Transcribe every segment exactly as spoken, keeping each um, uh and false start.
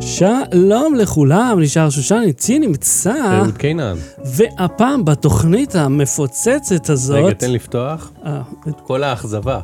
שלום לכולם, נשאר שושן, איתי נמצא. אהוד קינן. והפעם בתוכנית המפוצצת הזאת... רגע, תן לפתוח. כל האכזבה.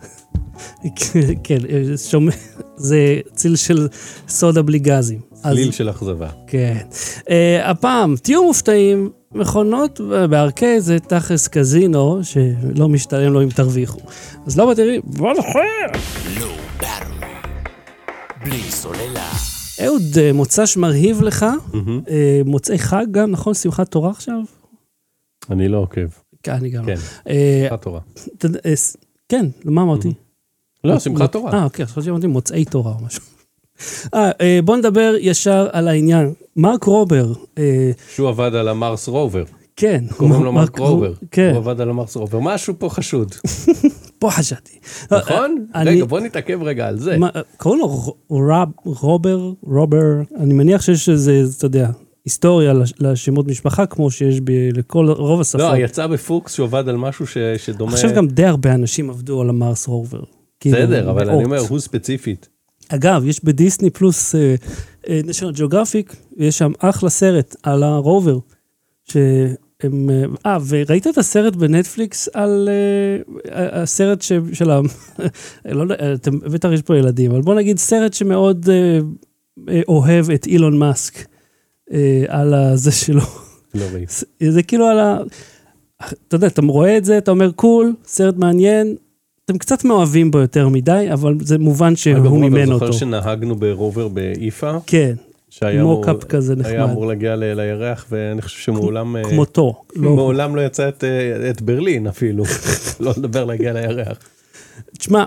כן, שומע, זה ציל של סודה בלי גזים. צליל של אכזבה. כן. הפעם, תהיו מופתעים, מכונות בארקייד זה תכלס קזינו, שלא משתלם לו אם תרוויחו. אז לא בתראי, בוא נחר! לא ברור. בלי סוללה. אהוד, מוצ"ש מרהיב לך, מוצאי חג גם, נכון? שמחת תורה עכשיו? אני לא עוקב. כן, אני גם. כן, שמחת תורה. כן, מה אמרתי? לא, שמחת תורה. אה, אוקיי, חשבתי שאמרתי מוצאי תורה או משהו. בוא נדבר ישר על העניין. מרק רובר. שהוא עבד על המרס רובר. כן. קוראים לו מרק רובר. כן. הוא עבד על המרס רובר. משהו פה חשוד. פה חשדתי. נכון? רגע, בוא נתעכב רגע על זה. קוראים לו רובר, רובר. אני מניח שיש איזה, אתה יודע, היסטוריה לשמות משפחה, כמו שיש לכל רוב השפות. לא, יצא בפוקס שהוא עבד על משהו שדומה... עכשיו גם די הרבה אנשים עבדו על המרס רובר. בסדר, אבל אני אומר, הוא ספציפית. אגב, יש בדיסני פלוס נשיונל ג'אוגרפיק, ויש שם אחלה סרט על הרובר, שהם... אה, וראית את הסרט בנטפליקס על הסרט של ה... לא יודע, אתם בטח יש פה ילדים, אבל בוא נגיד סרט שמאוד אוהב את אילון מאסק, על זה שלו. לא ראית. זה כאילו על ה... אתה יודע, אתה רואה את זה, אתה אומר, קול, סרט מעניין, אתם קצת מאוהבים בו יותר מדי, אבל זה מובן שהוא מימן אותו. זוכר שנהגנו ברובר באיפה? כן, מוקאפ כזה נחמד. היה אמור להגיע לירח, ואני חושב שמעולם... כמותו. מעולם לא יצא את ברלין אפילו. לא לדבר להגיע לירח. תשמע,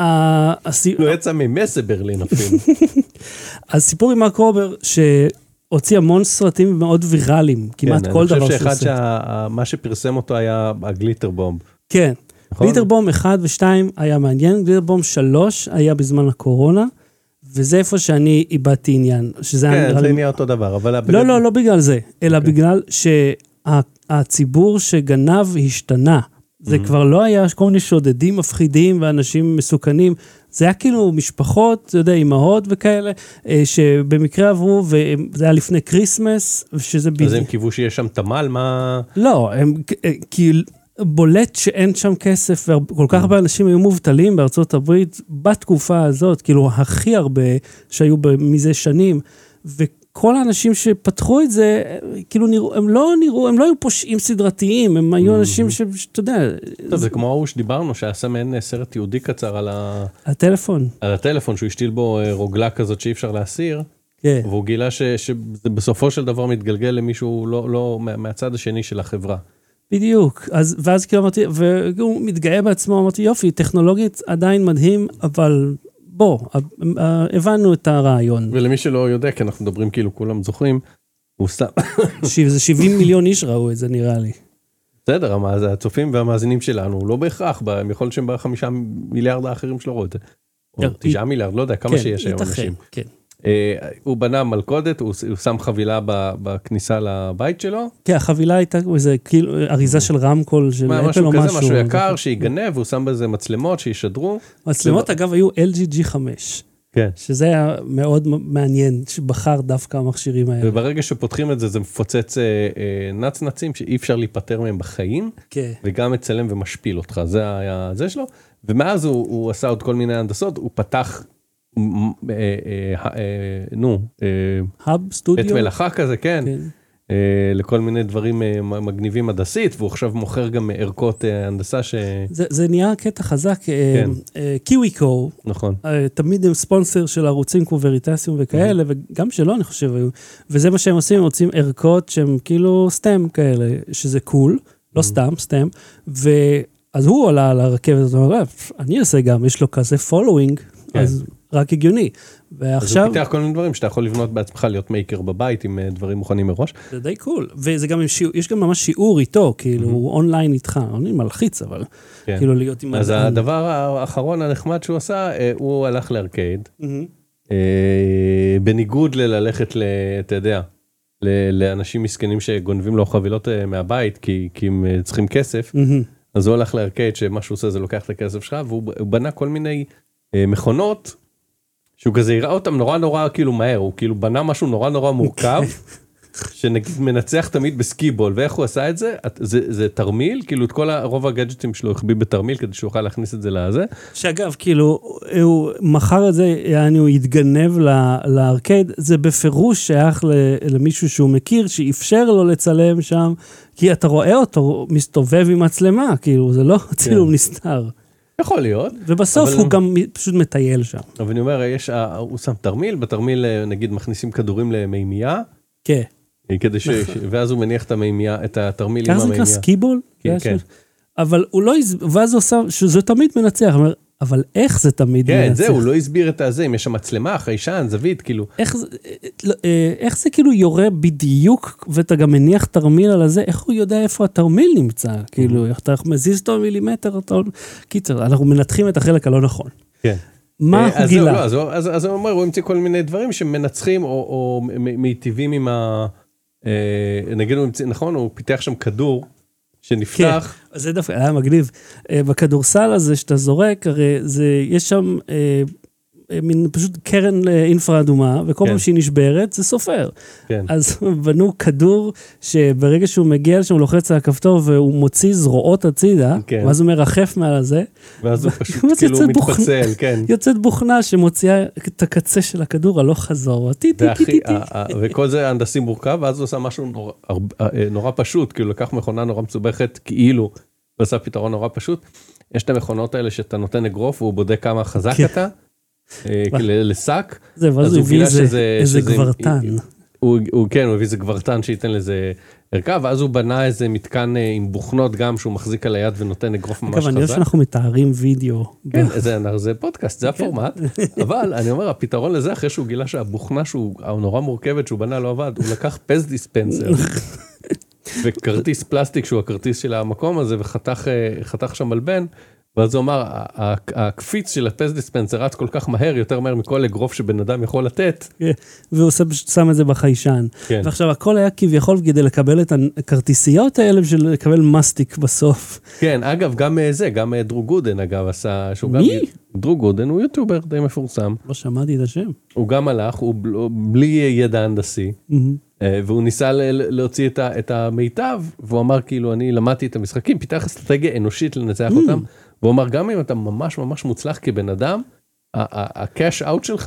לא יצא ממסה ברלין אפילו. הסיפור עם מרק רובר, שהוציא המון סרטים מאוד ויראליים, כמעט כל דבר שעושה. אני חושב שאחד מה שפרסם אותו היה הגליטר בומב. כן. גליטר בום אחד ושתיים היה מעניין, גליטר בום שלוש היה בזמן הקורונה, וזה איפה שאני איבדתי עניין. כן, זה נהיה אותו דבר, אבל... לא, לא, לא בגלל זה, אלא בגלל שהציבור שגנב השתנה. זה כבר לא היה כל מיני שודדים מפחידים ואנשים מסוכנים, זה היה כאילו משפחות, אתה יודע, אימהות וכאלה, שבמקרה עברו, וזה היה לפני קריסמס, שזה... אז הם קיוו שיש שם תמל, מה... לא, הם כאילו... בולט שאין שם כסף, וכל כך הרבה אנשים היו מובטלים בארצות הברית, בתקופה הזאת, כאילו הכי הרבה שהיו מזה שנים, וכל האנשים שפתחו את זה, כאילו נראו, הם לא נראו, הם לא היו פושעים סדרתיים, הם היו אנשים שאתה יודע... טוב, זה כמו ההוא שדיברנו, שעשה מעין סרט יהודי קצר על ה... הטלפון. על הטלפון, שהוא השתיל בו רוגלה כזאת שאי אפשר להסיר, והוא גילה שבסופו של דבר מתגלגל למישהו לא מהצד השני של החברה. בדיוק, אז, ואז כאילו אמרתי, והוא מתגאה בעצמו, אמרתי, יופי, טכנולוגית עדיין מדהים, אבל בוא, הבנו את הרעיון. ולמי שלא יודע, כי אנחנו מדברים כאילו, כולם זוכרים, הוא סתם... זה שבעים מיליון איש ראו את זה, נראה לי. בסדר, הצופים והמאזינים שלנו, לא בהכרח, הם יכול שהם בחמישה מיליארד האחרים שלא רואים את זה. או תשעה מיליארד, לא יודע, כמה שיש היום אנשים. כן, הוא בנה מלכודת, הוא שם חבילה בכניסה לבית שלו. כן, החבילה הייתה איזה כאילו אריזה של רמקול של אפל או משהו. כזה, משהו יקר שיגנב, והוא שם בזה מצלמות שישדרו. מצלמות אגב היו אל ג'י ג'י חמש. כן. שזה היה מאוד מעניין, שבחר דווקא המכשירים האלה. וברגע שפותחים את זה, זה מפוצץ נץ נצים שאי אפשר להיפטר מהם בחיים, כן. וגם מצלם ומשפיל אותך, זה היה זה שלו. ומאז הוא, הוא עשה עוד כל מיני הנדסות, הוא פתח... נו, האב סטודיו? את מלאכה כזה, כן, לכל מיני דברים מגניבים הדסית, והוא עכשיו מוכר גם ערכות הנדסה ש... זה נהיה קטע חזק, קיוויקו, נכון. תמיד הם ספונסר של ערוצים כמו וריטסיום וכאלה, וגם שלא אני חושב היו, וזה מה שהם עושים, הם רוצים ערכות שהם כאילו סטם כאלה, שזה קול, לא סתם, סטם, ואז הוא עלה על הרכבת, אני אעשה גם, יש לו כזה פולווינג, אז רק הגיוני. ועכשיו... אז הוא פיתח כל מיני דברים שאתה יכול לבנות בעצמך להיות מייקר בבית עם דברים מוכנים מראש. זה די קול. וזה גם, יש גם ממש שיעור איתו, כאילו, הוא אונליין איתך. אני מלחיץ, אבל כאילו להיות עם... אז הדבר האחרון הנחמד שהוא עשה, הוא הלך לארקייד. בניגוד ללכת, אתה יודע, לאנשים מסכנים שגונבים לו חבילות מהבית, כי הם צריכים כסף. אז הוא הלך לארקייד, שמה שהוא עושה זה לוקח את הכסף שלך, והוא בנה כל מיני מכונות, שהוא כזה יראה אותם נורא נורא כאילו מהר, הוא כאילו בנה משהו נורא נורא מורכב, שנגיד מנצח תמיד בסקיבול, ואיך הוא עשה את זה? זה, זה תרמיל, כאילו את כל רוב הגאדג'טים שלו החביא בתרמיל, כדי שהוא יוכל להכניס את זה לזה. שאגב, כאילו, הוא מחר את זה, יעני, הוא יתגנב לארקייד, זה בפירוש שייך למישהו שהוא מכיר, שאפשר לו לצלם שם, כי אתה רואה אותו מסתובב עם מצלמה, כאילו, זה לא צילום נסתר. יכול להיות. ובסוף הוא גם פשוט מטייל שם. אבל אני אומר, יש, הוא שם תרמיל, בתרמיל נגיד מכניסים כדורים למימייה, כן. כדי ש... ואז הוא מניח את המימייה, את התרמיל עם המימייה. איך זה נקרא סקיבול? כן, כן. אבל הוא לא, ואז הוא עושה, שזה תמיד מנצח, אבל איך זה תמיד מנצח? כן, זהו, הוא לא הסביר את הזה, אם יש שם מצלמה, חיישן, זווית, כאילו. איך זה כאילו יורה בדיוק, ואתה גם מניח תרמיל על הזה, איך הוא יודע איפה התרמיל נמצא? כאילו, אתה מזיז אותו מילימטר, קיצר, אנחנו מנתחים את החלק הלא נכון. כן. מה הוא גילה? אז הוא אומר, הוא המציא כל מיני דברים שמנצחים או מיטיבים עם ה... נגיד, נכון, הוא פיתח שם כדור שנפתח. כן, זה דווקא, היה מגניב. בכדורסל הזה שאתה זורק, הרי יש שם מין פשוט קרן אינפרה אדומה, וכל פעם שהיא נשברת, זה סופר. אז בנו כדור שברגע שהוא מגיע לשם, הוא לוחץ על הכפתור, והוא מוציא זרועות הצידה, ואז הוא מרחף מעל הזה. ואז הוא פשוט כאילו מתפצל, כן. יוצאת בוכנה שמוציאה את הקצה של הכדור, הלוך חזור. וכל זה הנדסי מורכב, ואז הוא עושה משהו נורא פשוט, כאילו לקח מכונה נורא מצובכת, כאילו, ועשה פתרון נורא פשוט. יש את המכונות האלה שאתה נותן אגרוף, והוא בודק כמה חזק אתה. לסק, זה, ואז הוא הביא איזה גברתן. כן, הוא הביא איזה גברתן שייתן לזה ערכה, ואז הוא בנה איזה מתקן עם בוכנות גם, שהוא מחזיק על היד ונותן אגרוף ממש חזק. אני חושב שאנחנו מתארים וידאו. כן, זה פודקאסט, זה הפורמט, אבל אני אומר, הפתרון לזה, אחרי שהוא גילה שהבוכנה שהוא נורא מורכבת, שהוא בנה לא עבד, הוא לקח פס דיספנסר, וכרטיס פלסטיק, שהוא הכרטיס של המקום הזה, וחתך שם מלבן, ואז הוא אמר, הקפיץ של הפס דיספנסר רץ כל כך מהר, יותר מהר מכל אגרוף שבן אדם יכול לתת. והוא שם את זה בחיישן. ועכשיו, הכל היה כביכול כדי לקבל את הכרטיסיות האלה, בשביל לקבל מסטיק בסוף. כן, אגב, גם זה, גם דרו גודן, אגב, עשה... מי? דרו גודן הוא יוטיובר די מפורסם. לא שמעתי את השם. הוא גם הלך, הוא בלי ידע הנדסי, והוא ניסה להוציא את המיטב, והוא אמר, כאילו, אני למדתי את המשחקים, פיתח אסטרטגיה אנושית לנצח אותם, והוא אמר, גם אם אתה ממש ממש מוצלח כבן אדם, הקאש אאוט שלך,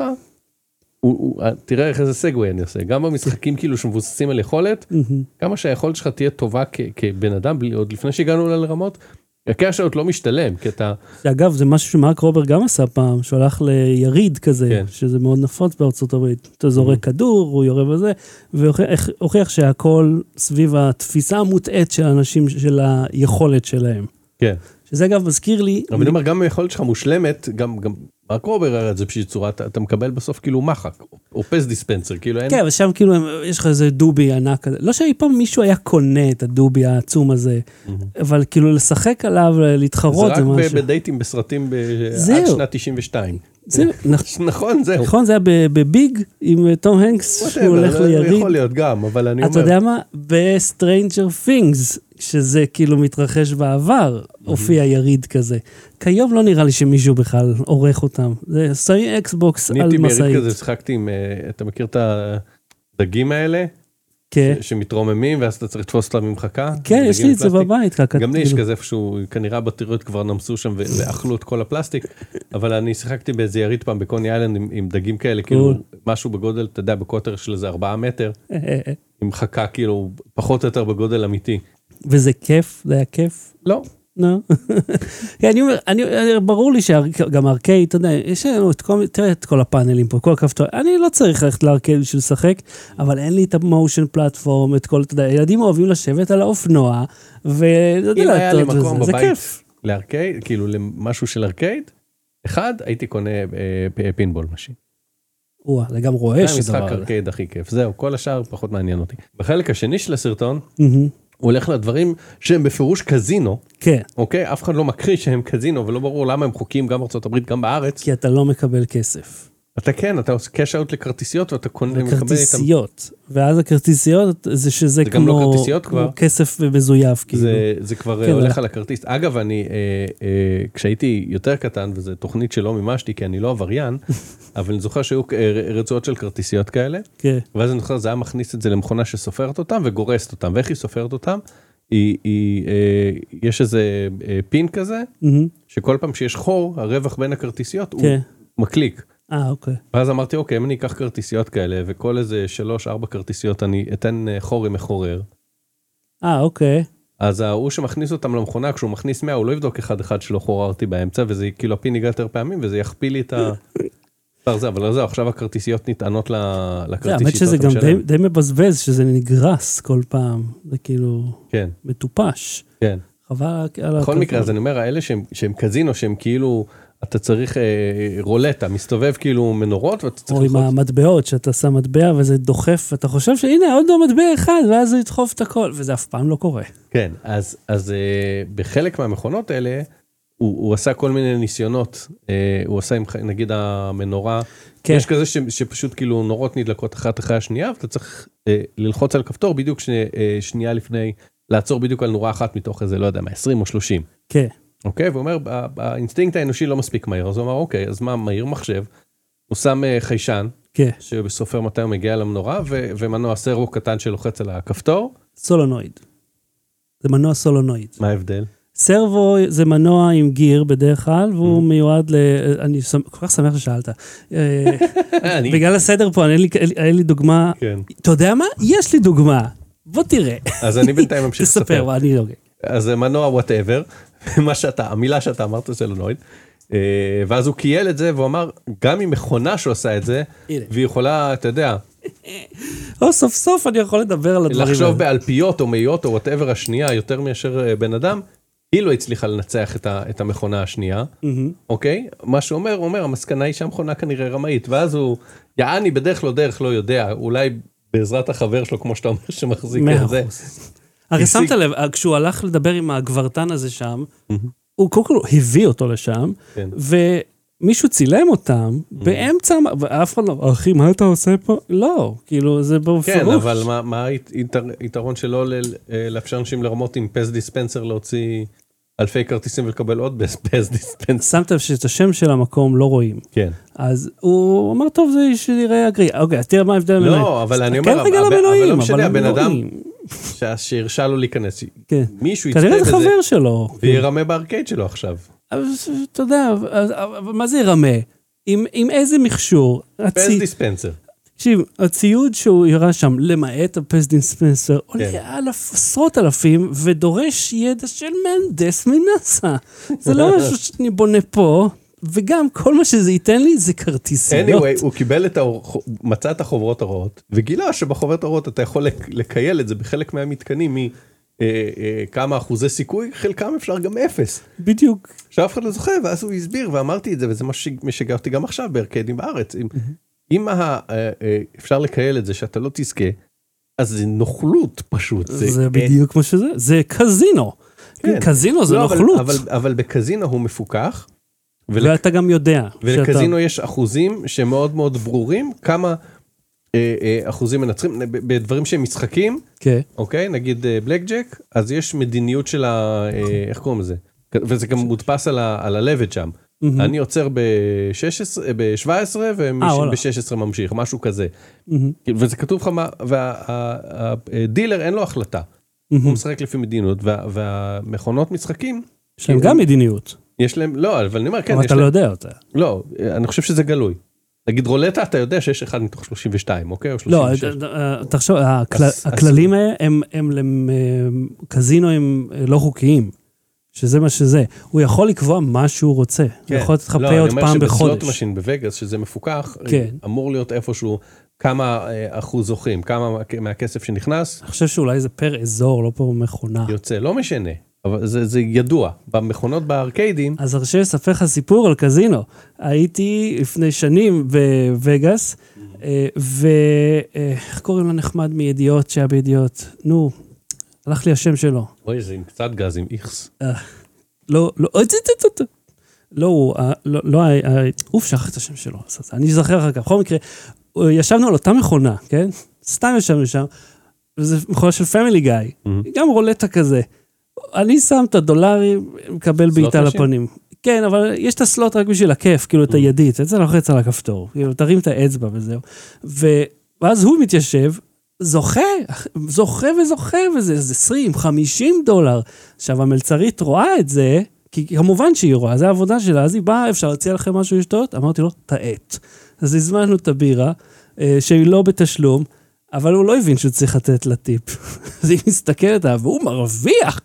תראה איך איזה סגווי אני עושה, גם במשחקים כאילו שמבוססים על יכולת, כמה שהיכולת שלך תהיה טובה כבן אדם, עוד לפני שהגענו לרמות, הקאש אאוט לא משתלם, כי אתה... אגב, זה משהו שמרק רובר גם עשה פעם, שהוא הלך ליריד כזה, שזה מאוד נפוץ בארצות הברית, אתה זורק כדור, הוא יורה בזה, והוכיח שהכל סביב התפיסה המוטעת של האנשים, של היכולת שלהם. כן. שזה אגב מזכיר לי... אבל אני אומר, גם היכולת שלך מושלמת, גם מרק רובר הראה את זה בשביל צורה, אתה מקבל בסוף כאילו מחק, או פס דיספנסר, כאילו אין... כן, אבל שם כאילו יש לך איזה דובי ענק כזה, לא שאי פעם מישהו היה קונה את הדובי העצום הזה, אבל כאילו לשחק עליו, להתחרות זה משהו. זה רק בדייטים בסרטים עד שנת תשעים ושתיים. נכון, זהו. נכון, זה היה בביג עם תום הנקס, שהוא הולך ליריד. יכול להיות גם, אבל אני אומר... אתה יודע מה? ב-Stranger Things, שזה כאילו מתרחש בעבר, הופיע יריד כזה. כיום לא נראה לי שמישהו בכלל עורך אותם. זה שמים אקסבוקס על מסעית. ניתי ביריד כזה, שחקתי עם, אתה מכיר את הדגים האלה? כן. שמתרוממים, ואז אתה צריך לתפוס אותם ממחקה. כן, יש לי את זה בבית. גם לי יש כזה איפשהו, כנראה בטריות כבר נמסו שם ואכלו את כל הפלסטיק, אבל אני שיחקתי באיזה יריד פעם בקוני איילנד עם דגים כאלה, כאילו משהו בגודל, אתה יודע, בקוטר של איזה ארבעה מטר, עם חכה כאילו פחות או יותר בגודל אמיתי. וזה כיף? זה היה כיף? לא. לא. אני אומר, ברור לי שגם ארקייד, אתה יודע, יש לנו את כל, תראה את כל הפאנלים פה, כל הכפתור, אני לא צריך ללכת לארקייד בשביל לשחק, אבל אין לי את המושן פלטפורם, את כל, אתה יודע, ילדים אוהבים לשבת על האופנוע, ואתה יודע, אם היה לי מקום בבית לארקייד, כאילו למשהו של ארקייד, אחד, הייתי קונה פינבול משין. וואה, זה גם רואה שדבר. זה המשחק ארקייד הכי כיף, זהו, כל השאר פחות מעניין אותי. בחלק השני של הסרטון, הוא הולך לדברים שהם בפירוש קזינו, כן. אוקיי? אף אחד לא מקריא שהם קזינו, ולא ברור למה הם חוקים גם בארצות הברית, גם בארץ. כי אתה לא מקבל כסף. אתה כן, אתה עושה קאש אאוט לכרטיסיות, ואתה קונה, מקבל איתם. כרטיסיות, ואז הכרטיסיות, זה שזה זה גם לא כמו כרטיסיות כבר. כסף מזויף, כאילו. זה, זה כבר כן, הולך זה- על הכרטיס. אגב, אני, אה, אה, כשהייתי יותר קטן, וזו תוכנית שלא מימשתי, כי אני לא עבריין, אבל אני זוכר שהיו אה, רצועות של כרטיסיות כאלה, כן. ואז אני זוכר, זה היה מכניס את זה למכונה שסופרת אותם, וגורסת אותם. ואיך היא סופרת אותם? היא, היא, אה, יש איזה אה, פין כזה, מהמם. שכל פעם שיש חור, הרווח בין הכרטיסיות הוא כן. מקליק. אה, אוקיי. ואז אמרתי, אוקיי, אם אני אקח כרטיסיות כאלה, וכל איזה שלוש, ארבע כרטיסיות, אני אתן אה, חור עם מחורר, אה, אוקיי. אז ההוא שמכניס אותם למכונה, כשהוא מכניס מאה, הוא לא יבדוק אחד אחד שלא חוררתי באמצע, וזה כאילו הפין ניגע יותר פעמים, וזה יכפיל לי את ה... זה, אבל לא זהו, עכשיו הכרטיסיות נטענות זה, לכרטיס האמת שזה שאתה גם די, משלם. די מבזבז, שזה נגרס כל פעם. זה כאילו כן, מטופש. כן. חבל על... בכל מקרה, אז אני אומר, האלה שהם, שהם קזינו, שהם כאילו, אתה צריך אה, רולטה, מסתובב כאילו מנורות, ואתה צריך או עם ללחוץ. המטבעות, שאתה שם מטבע וזה דוחף, ואתה חושב שהנה, עוד לא מטבע אחד, ואז הוא ידחוף את הכל, וזה אף פעם לא קורה. כן, אז, אז אה, בחלק מהמכונות האלה, הוא, הוא עשה כל מיני ניסיונות, אה, הוא עשה עם, נגיד המנורה, כן. יש כזה ש, שפשוט כאילו נורות נדלקות אחת אחרי השנייה, ואתה צריך אה, ללחוץ על כפתור בדיוק ש, אה, שנייה לפני, לעצור בדיוק על נורה אחת מתוך איזה, לא יודע מה, עשרים או שלושים. כן. אוקיי, והוא אומר, "ה- האינסטינקט האנושי לא מספיק מהיר, אז הוא אמר, אוקיי, אז מה, מהיר מחשב, הוא שם אה, חיישן, כן. שבסופר מתי הוא מגיע למנורה, ו, ומנוע סרבו קטן שלוחץ על הכפתור, סולונויד. זה מנוע סולונויד. מה ההבדל? סרבו זה מנוע עם גיר בדרך כלל, והוא מיועד ל... אני שמ- כל כך שמח ששאלת. אה, אני- בגלל הסדר פה, אין לי- אין לי דוגמה. כן. אתה יודע מה? יש לי דוגמה. בוא תראה. אז אני בינתיים ממשיך תספר, לספר. אני לא... אז זה מנוע whatever, מה שאתה, המילה שאתה אמרת סולנויד, אה, ואז הוא קייל את זה, והוא אמר, גם עם מכונה שעושה את זה, הנה. והיא יכולה, אתה יודע, או סוף סוף אני יכול לדבר על הדברים האלה. לחשוב באלפיות או מאיות או whatever השנייה, יותר מאשר אה, בן אדם, היא לא הצליחה לנצח את, ה, את המכונה השנייה, מהמם. אוקיי? מה שהוא אומר, הוא אומר, המסקנה היא שהמכונה כנראה רמאית, ואז הוא, יעני בדרך לא דרך לא יודע, אולי בעזרת החבר שלו, כמו שאתה אומר, שמחזיק מאה את זה. אחוז. הרי השיג- שמת לב, כשהוא הלך לדבר עם הגברתן הזה שם, הוא קודם כל הביא אותו לשם, כן. ומישהו צילם אותם באמצע, ואף אחד לא, אחי, מה אתה עושה פה? לא, כאילו, זה בפירוש. כן, אבל מה, מה היתרון שלו ל- לאפשר אנשים לרמות עם פס דיספנסר להוציא אלפי כרטיסים ולקבל עוד פס דיספנסר? שמת לב שאת השם של המקום לא רואים. כן. אז הוא אמר, טוב, זה שיראה אגרי. אוקיי, אז תראה מה ההבדל. לא, אבל אני אומר, כן, רגע אבל- למנועים, אבל לא משנה, הם הבן לא אדם רואים. ש- שהרשה לו להיכנס, כן. מישהו יצפה כנראה זה בזה חבר שלו. וירמה בארקייד שלו עכשיו. אז אתה יודע, אז- אבל מה זה ירמה? עם עם איזה מכשור? פס הצי- דיספנסר. תקשיב, הציוד שהוא יראה שם, למעט הפס דיספנסר, עולה כן. אלף, עשרות אלפים, ודורש ידע של מהנדס מנאסא. זה לא משהו שאני בונה פה, וגם כל מה שזה ייתן לי זה כרטיסיות. anyway, הוא קיבל את האור, מצא את החוברות הרעות, וגילה שבחוברות הרעות אתה יכול לק- לקייל את זה בחלק מהמתקנים מכמה אחוזי סיכוי, חלקם אפשר גם אפס. בדיוק. שאף אחד לא זוכר, ואז הוא הסביר, ואמרתי את זה, וזה מה שמשגע אותי גם עכשיו בארקיידים בארץ. אם, אם ה- אה, אה, אפשר לקייל את זה שאתה לא תזכה, אז זה נוכלות פשוט. זה בדיוק כמו שזה, זה קזינו. כן. קזינו זה לא, אבל- נוכלות. אבל, אבל בקזינו הוא מפוקח, ול- ואתה גם יודע. שאתה- ולקזינו יש אחוזים שמאוד מאוד ברורים, כמה אה, אה, אחוזים מנצחים, ב- בדברים שהם משחקים, כן. אוקיי, נגיד אה, בלק ג'ק, אז יש מדיניות של ה... אה, איך קוראים לזה? וזה גם מודפס על ה- על הלבד שם. מהמם. אני עוצר ב-שש עשרה, ב-שבע עשרה, אה, וואלה. וב-שש עשרה ממשיך, משהו כזה. מהמם. וזה כתוב לך מה, והדילר אין לו החלטה. הוא מהמם. משחק לפי מדיניות, וה- והמכונות משחקים, יש להם גם מדיניות, יש להם, לא, אבל אני אומר, כן, אבל יש אתה לא להם, יודע אותה. לא, אני חושב שזה גלוי. נגיד רולטה, אתה יודע שיש אחד מתוך שלושים ושתיים, אוקיי? או לא, שלושים ושש. אה, תחשוב, הכלל- אז- הכללים האלה הם- הם למ- אה, קזינו הם אה, לא חוקיים, שזה מה שזה. הוא יכול לקבוע מה שהוא רוצה. הוא כן. יכול לתת לך לא, פייאוט אני פעם אומר שבסלוט בחודש. משין בווגאס, שזה מפוקח, כן. אמור להיות איפשהו כמה אה, אחוז זוכים, כמה מה- מהכסף שנכנס, אני חושב שאולי זה פר אזור, לא פר מכונה. יוצא, לא משנה, אבל זה, זה ידוע. במכונות בארקיידים, אז הרשה לספר לך סיפור על קזינו. הייתי לפני שנים בווגאס, ואיך קוראים לנחמד מידיעות שהיה בידיעות? נו, הלך לי השם שלו. אוי, זה עם קצת גז, עם איכס. לא, לא, אוי, צי, צי, צי, צי. לא, לא, לא, אוף, שכח את השם שלו, אני אזכר אחר כך, בכל מקרה, ישבנו על אותה מכונה, כן? סתם ישבנו שם, וזה מכונה של פמילי גאי, גם רולטה כזה. אני שם את הדולרים, מקבל בעיטה לפנים. כן, אבל יש את הסלוט רק בשביל הכיף, כאילו את הידית, את זה לוחץ על הכפתור, כאילו תרים את האצבע וזהו. ואז הוא מתיישב, זוכה, זוכה וזוכה, וזה עשרים, חמישים דולר. עכשיו, המלצרית רואה את זה, כי כמובן שהיא רואה, זה העבודה שלה, אז היא באה, אפשר להציע לכם משהו לשתות? אמרתי לו, תעט. אז הזמנו את הבירה, שהיא לא בתשלום, אבל הוא לא הבין שהוא צריך לתת לטיפ. אז היא מסתכלת עליו, והוא מרוויח.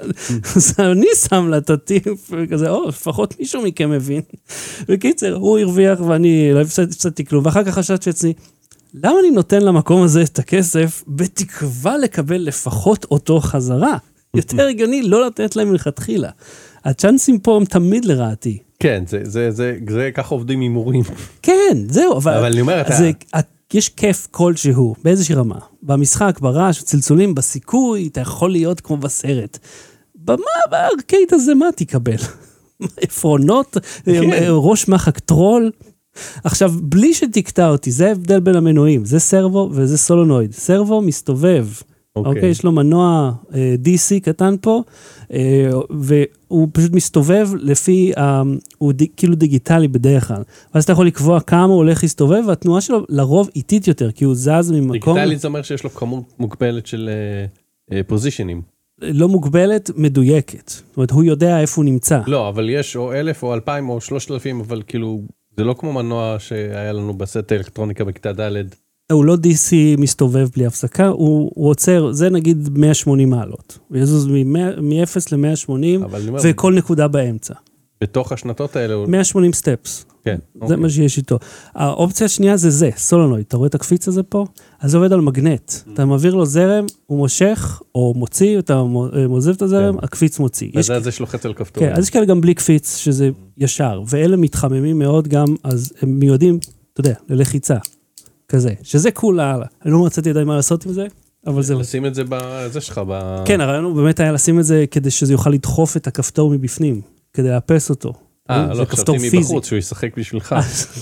אז אני שם לה את הטיפ, וכזה, או, לפחות מישהו מכם מבין. בקיצר, הוא הרוויח, ואני לא הפסדתי כלום, ואחר כך חשבתי אצלי, למה אני נותן למקום הזה את הכסף, בתקווה לקבל לפחות אותו חזרה? יותר הגיוני לא לתת להם מלכתחילה. הצ'אנסים פה הם תמיד לרעתי. כן, זה, זה, זה, זה ככה עובדים הימורים. כן, זהו, אבל, אבל אני אומר, אתה... זה, יש כיף כלשהו, באיזושהי רמה. במשחק, ברעש, צלצולים, בסיכוי, אתה יכול להיות כמו בסרט. במה, בארקייט הזה, מה תקבל? עפרונות, ראש מחק טרול. עכשיו, בלי שתקטע אותי, זה ההבדל בין המנועים, זה סרבו וזה סולונויד. סרבו מסתובב, אוקיי, okay. okay, יש לו מנוע uh, די סי קטן פה, uh, והוא פשוט מסתובב לפי, uh, הוא ד, כאילו דיגיטלי בדרך כלל. ואז אתה יכול לקבוע כמה הוא הולך להסתובב, והתנועה שלו לרוב איטית יותר, כי הוא זז ממקום... דיגיטלי זה אומר שיש לו כמות מוגבלת של uh, uh, פוזישנים. לא מוגבלת, מדויקת. זאת אומרת, הוא יודע איפה הוא נמצא. לא, אבל יש או אלף או אלפיים או שלושת אלפים, אבל כאילו... זה לא כמו מנוע שהיה לנו בסט האלקטרוניקה בכיתה ד'. הוא לא די סי מסתובב בלי הפסקה, הוא, הוא עוצר, זה נגיד מאה ושמונים מעלות. הוא יזוז מ-אפס ל-מאה ושמונים, וכל נקודה באמצע. בתוך השנתות האלה... הוא... מאה ושמונים סטפס. כן. זה אוקיי. מה שיש איתו. האופציה השנייה זה זה, סולונויד. אתה רואה את הקפיץ הזה פה? אז זה עובד על מגנט. Mm. אתה מעביר לו זרם, הוא מושך, או מוציא, אתה מוזב את הזרם, כן. הקפיץ מוציא. אז יש... זה שלוחץ על כפתור. כן, אז יש כאלה גם בלי קפיץ, שזה ישר. ואלה מתחממים מאוד גם, אז הם מיועדים, אתה יודע, ללחיצה. כזה. שזה קול הלאה. אני לא מצאתי עדיין מה לעשות עם זה, אבל זה... לשים את זה בזה שלך, ב... כן, הרעיון הוא באמת היה לשים את זה כדי שזה יוכל לדחוף את הכפתור מבפנים, כדי לאפס אותו. אה, לא חשבתי מבחוץ שהוא ישחק בשבילך.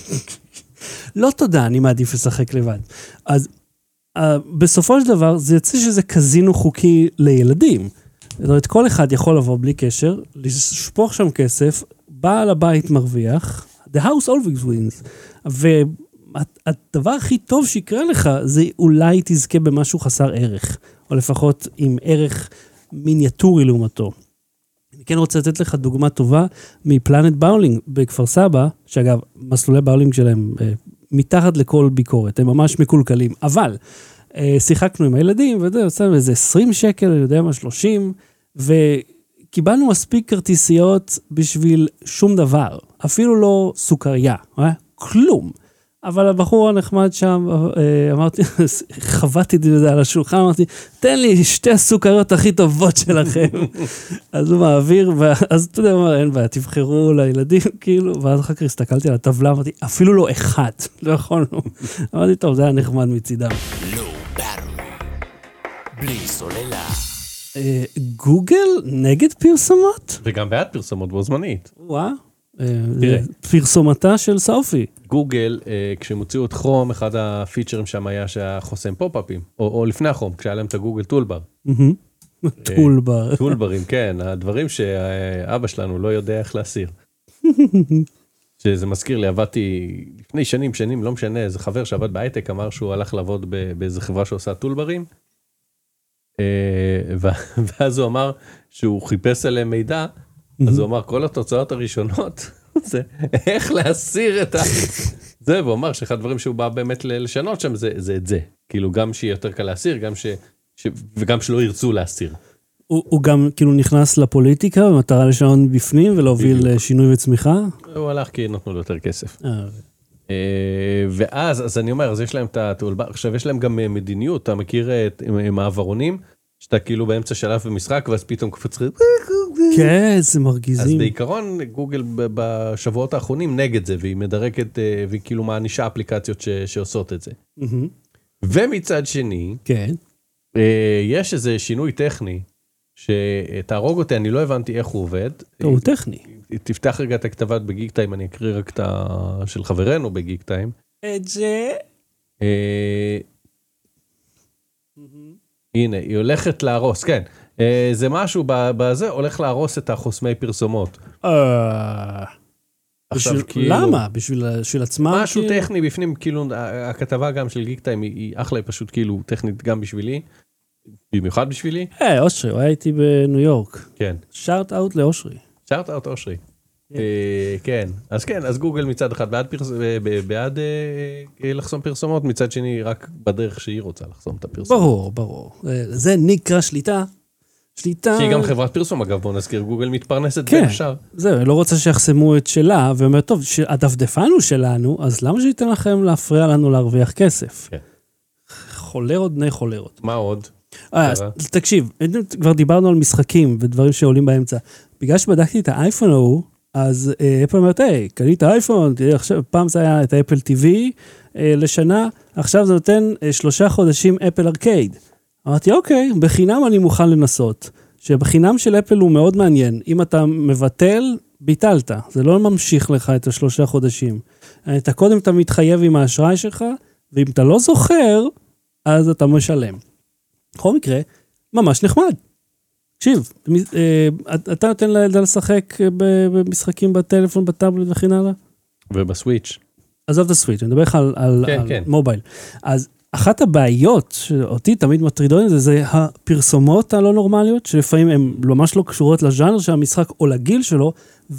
לא תודה, אני מעדיף לשחק לבד. אז בסופו של דבר, זה יוצא שזה קזינו חוקי לילדים. זאת אומרת, כל אחד יכול לבוא בלי קשר, לשפוך שם כסף, בעל הבית מרוויח, the house always wins. והדבר הכי טוב שיקרה לך, זה אולי תזכה במשהו חסר ערך, או לפחות עם ערך מיניאטורי לעומתו. אני כן רוצה לתת לך דוגמה טובה מפלנט באולינג בכפר סבא, שאגב, מסלולי באולינג שלהם אה, מתחת לכל ביקורת, הם ממש מקולקלים, אבל אה, שיחקנו עם הילדים, וזה עושה איזה עשרים שקל, אני יודע מה, שלושים, וקיבלנו מספיק כרטיסיות בשביל שום דבר, אפילו לא סוכריה, אה? כלום. אבל הבחור הנחמד שם, אמרתי, חוויתי את זה על השולחן, אמרתי, תן לי שתי הסוכריות הכי טובות שלכם. אז הוא מעביר, אז אתה יודע מה, אין בעיה, תבחרו לילדים, כאילו, ואז אחר כך הסתכלתי על הטבלה, אמרתי, אפילו לא אחד, לא יכולנו. אמרתי, טוב, זה היה נחמד מצידם. בלי סוללה. גוגל נגד פרסומות? וגם בעד פרסומות בו זמנית. וואו. פרסומתה של סופי. גוגל, כשהם הוציאו את כרום, אחד הפיצ'רים שם היה שהיה חוסם פופ-אפים, או לפני הכרום, כשהיה להם את הגוגל טולבר. טולבר. טולברים, כן, הדברים שאבא שלנו לא יודע איך להסיר. שזה מזכיר לי, עבדתי לפני שנים, שנים, לא משנה, איזה חבר שעבד בהייטק, אמר שהוא הלך לעבוד באיזה חברה שעושה טולברים, ואז הוא אמר שהוא חיפש עליהם מידע, אז הוא אמר, כל התוצאות הראשונות, זה איך להסיר את ה... זה, והוא אמר שאחד הדברים שהוא בא באמת לשנות שם, זה, זה את זה. כאילו, גם שיהיה יותר קל להסיר, גם ש... ש... וגם שלא ירצו להסיר. הוא, הוא גם כאילו נכנס לפוליטיקה, במטרה לשנות בפנים, ולהוביל שינוי וצמיחה? הוא הלך כי נתנו לו יותר כסף. ואז, אז אני אומר, אז יש להם את התולבר, עכשיו יש להם גם מדיניות, אתה מכיר את מעברונים, שאתה כאילו באמצע שלב במשחק, ואז פתאום קפץ... כן, זה מרגיזים. אז בעיקרון, גוגל בשבועות האחרונים נגד זה, והיא מדרקת, והיא כאילו מענישה אפליקציות שעושות את זה. ומצד שני, כן. יש איזה שינוי טכני, שתהרוג אותי, אני לא הבנתי איך הוא עובד. הוא טכני. תפתח רגע את הכתבת בגיק טיים, אני אקריא רק את ה... של חברנו בגיק טיים. את זה... הנה, היא הולכת להרוס, כן. זה משהו בזה, הולך להרוס את החוסמי פרסומות. למה? בשביל עצמם? משהו טכני בפנים, כאילו, הכתבה גם של גיק טיים היא אחלה, היא פשוט כאילו טכנית גם בשבילי, במיוחד בשבילי. אה, אושרי, הוא היה איתי בניו יורק. כן. שארט אאוט לאושרי. שארט אאוט אושרי. כן, אז כן, אז גוגל מצד אחד בעד לחסום פרסומות, מצד שני רק בדרך שהיא רוצה לחסום את הפרסומות. ברור, ברור. זה נקרא שליטה. שליטה... שהיא גם חברת פרסום, אגב, בוא נזכיר, גוגל מתפרנסת בין השאר. זהו, היא לא רוצה שיחסמו את שלה, ואומרת, טוב, הדפדפנו שלנו, אז למה שייתן לכם להפריע לנו להרוויח כסף? כן. חולרות בני חולרות. מה עוד? תקשיב, כבר דיברנו על משחקים ודברים שעולים באמצע. בגלל שבדקתי את האייפון ההוא, אז אפל אומרת, היי, קנית האייפון, פעם זה היה את האפל טי וי לשנה, עכשיו זה נותן שלושה חודשים אפל ארקייד. אמרתי, אוקיי, בחינם אני מוכן לנסות. שבחינם של אפל הוא מאוד מעניין. אם אתה מבטל, ביטלת. זה לא ממשיך לך את השלושה חודשים. אתה קודם אתה מתחייב עם האשראי שלך, ואם אתה לא זוכר, אז אתה משלם. בכל מקרה, ממש נחמד. תקשיב, אתה נותן לילדה לשחק במשחקים בטלפון, בטאבלט וכן הלאה? ובסוויץ'. עזוב את הסוויץ', אני מדבר לך על מובייל. אז אחת הבעיות שאותי תמיד מטרידות את זה, זה הפרסומות הלא נורמליות, שלפעמים הן ממש לא קשורות לז'אנר של המשחק או לגיל שלו,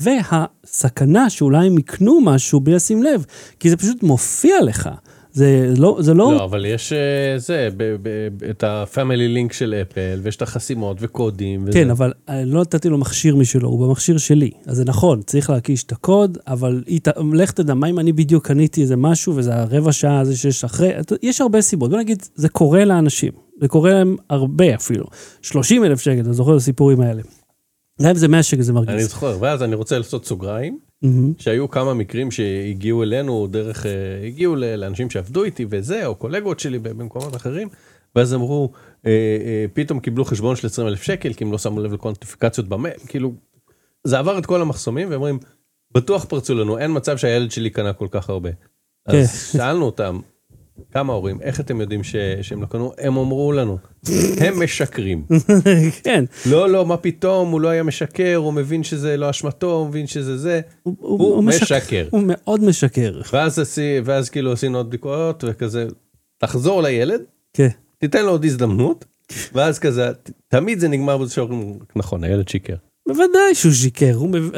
והסכנה שאולי הם יקנו משהו בלי לשים לב, כי זה פשוט מופיע לך. זה לא, זה לא... לא, אבל יש זה, ב, ב, את ה-family link של אפל, ויש את החסימות וקודים וזה. כן, אבל לא נתתי לו מכשיר משלו, הוא במכשיר שלי. אז זה נכון, צריך להקיש את הקוד, אבל לך תדע, מה אם אני בדיוק קניתי איזה משהו, וזה הרבע שעה הזה שיש אחרי, יש הרבה סיבות. בוא נגיד, זה קורה לאנשים. זה קורה להם הרבה אפילו. שלושים אלף שקל, אתה זוכר את הסיפורים האלה. גם אם זה מאה שקל, זה מרגיש. אני זוכר, ואז אני רוצה לעשות סוגריים, שהיו כמה מקרים שהגיעו אלינו דרך, הגיעו לאנשים שעבדו איתי וזה, או קולגות שלי במקומות אחרים, ואז אמרו, פתאום קיבלו חשבון של עשרים אלף שקל, כי הם לא שמו לב לקונטיפיקציות במייל, כאילו, זה עבר את כל המחסומים, ואומרים, בטוח פרצו לנו, אין מצב שהילד שלי קנה כל כך הרבה. אז שאלנו אותם, כמה הורים, איך אתם יודעים שהם לא קנו? הם אמרו לנו, הם משקרים. כן. לא, לא, מה פתאום, הוא לא היה משקר, הוא מבין שזה לא אשמתו, הוא מבין שזה זה. הוא משקר. הוא מאוד משקר. ואז כאילו עשינו עוד בדיקות, וכזה, תחזור לילד, תיתן לו עוד הזדמנות, ואז כזה, תמיד זה נגמר בזה שאומרים, נכון, הילד שיקר. בוודאי שהוא שיקר,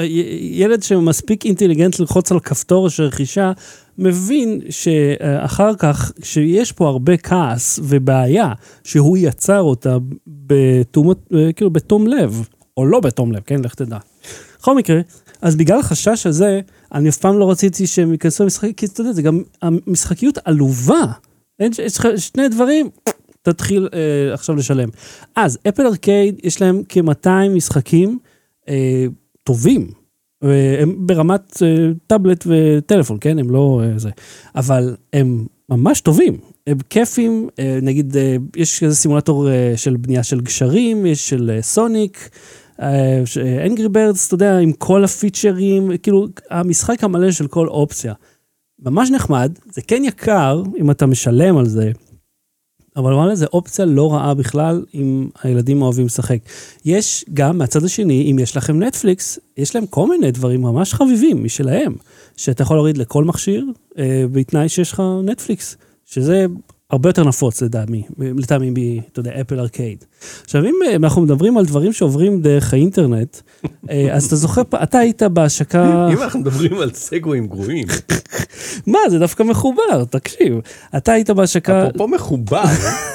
ילד שמספיק אינטליגנט ללחוץ על כפתור של רכישה, מבין שאחר כך, שיש פה הרבה כעס ובעיה, שהוא יצר אותה בתום, כאילו בתום לב, או לא בתום לב, כן, לך תדע. בכל מקרה, אז בגלל החשש הזה, אני אף פעם לא רציתי שהם ייכנסו למשחקים, כי אתה יודע, זה גם המשחקיות עלובה. יש שני דברים, תתחיל אה, עכשיו לשלם. אז אפל ארקייד, יש להם כ-מאתיים משחקים אה, טובים, הם ברמת אה, טאבלט וטלפון, כן? הם לא אה, זה. אבל הם ממש טובים. הם כיפים, אה, נגיד, אה, יש איזה סימולטור אה, של בנייה של גשרים, יש של אה, סוניק, אה, אנגרי ברדס, אתה יודע, עם כל הפיצ'רים, כאילו, המשחק המלא של כל אופציה. ממש נחמד, זה כן יקר, אם אתה משלם על זה, אבל וואלה, זה אופציה לא רעה בכלל, אם הילדים אוהבים לשחק. יש גם, מהצד השני, אם יש לכם נטפליקס, יש להם כל מיני דברים ממש חביבים משלהם, שאתה יכול להוריד לכל מכשיר, אה, בתנאי שיש לך נטפליקס, שזה הרבה יותר נפוץ, לדעמי, לטעמי ב, אתה יודע, אפל ארקייד. עכשיו, אם אנחנו מדברים על דברים שעוברים דרך האינטרנט, אה, אז אתה זוכר, אתה היית בהשקה... אם אנחנו מדברים על סגוויים גרועים. מה, זה דווקא מחובר, תקשיב. אתה היית בהשקה... אפרופו מחובר,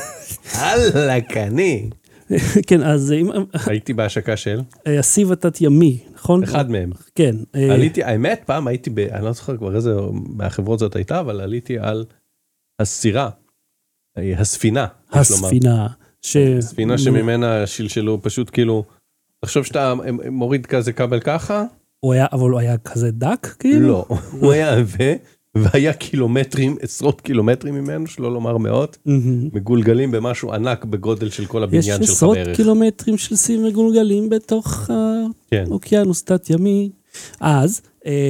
הלקני. כן, אז... הייתי בהשקה של? הסיב התת ימי, נכון? אחד מהם. כן. עליתי, האמת, פעם הייתי, ב... אני לא זוכר כבר איזה מהחברות זאת הייתה, אבל עליתי על הסירה, הספינה. הספינה. הספינה שממנה שלשלו פשוט כאילו, תחשוב שאתה מוריד כזה כבל ככה, הוא היה, אבל הוא היה כזה דק, כאילו? לא, הוא היה עבה, והיה קילומטרים, עשרות קילומטרים ממנו, שלא לומר מאות, מגולגלים במשהו ענק בגודל של כל הבניין שלך בערך. יש עשרות קילומטרים של סיב מגולגלים בתוך האוקיינוס תת-ימי. אז,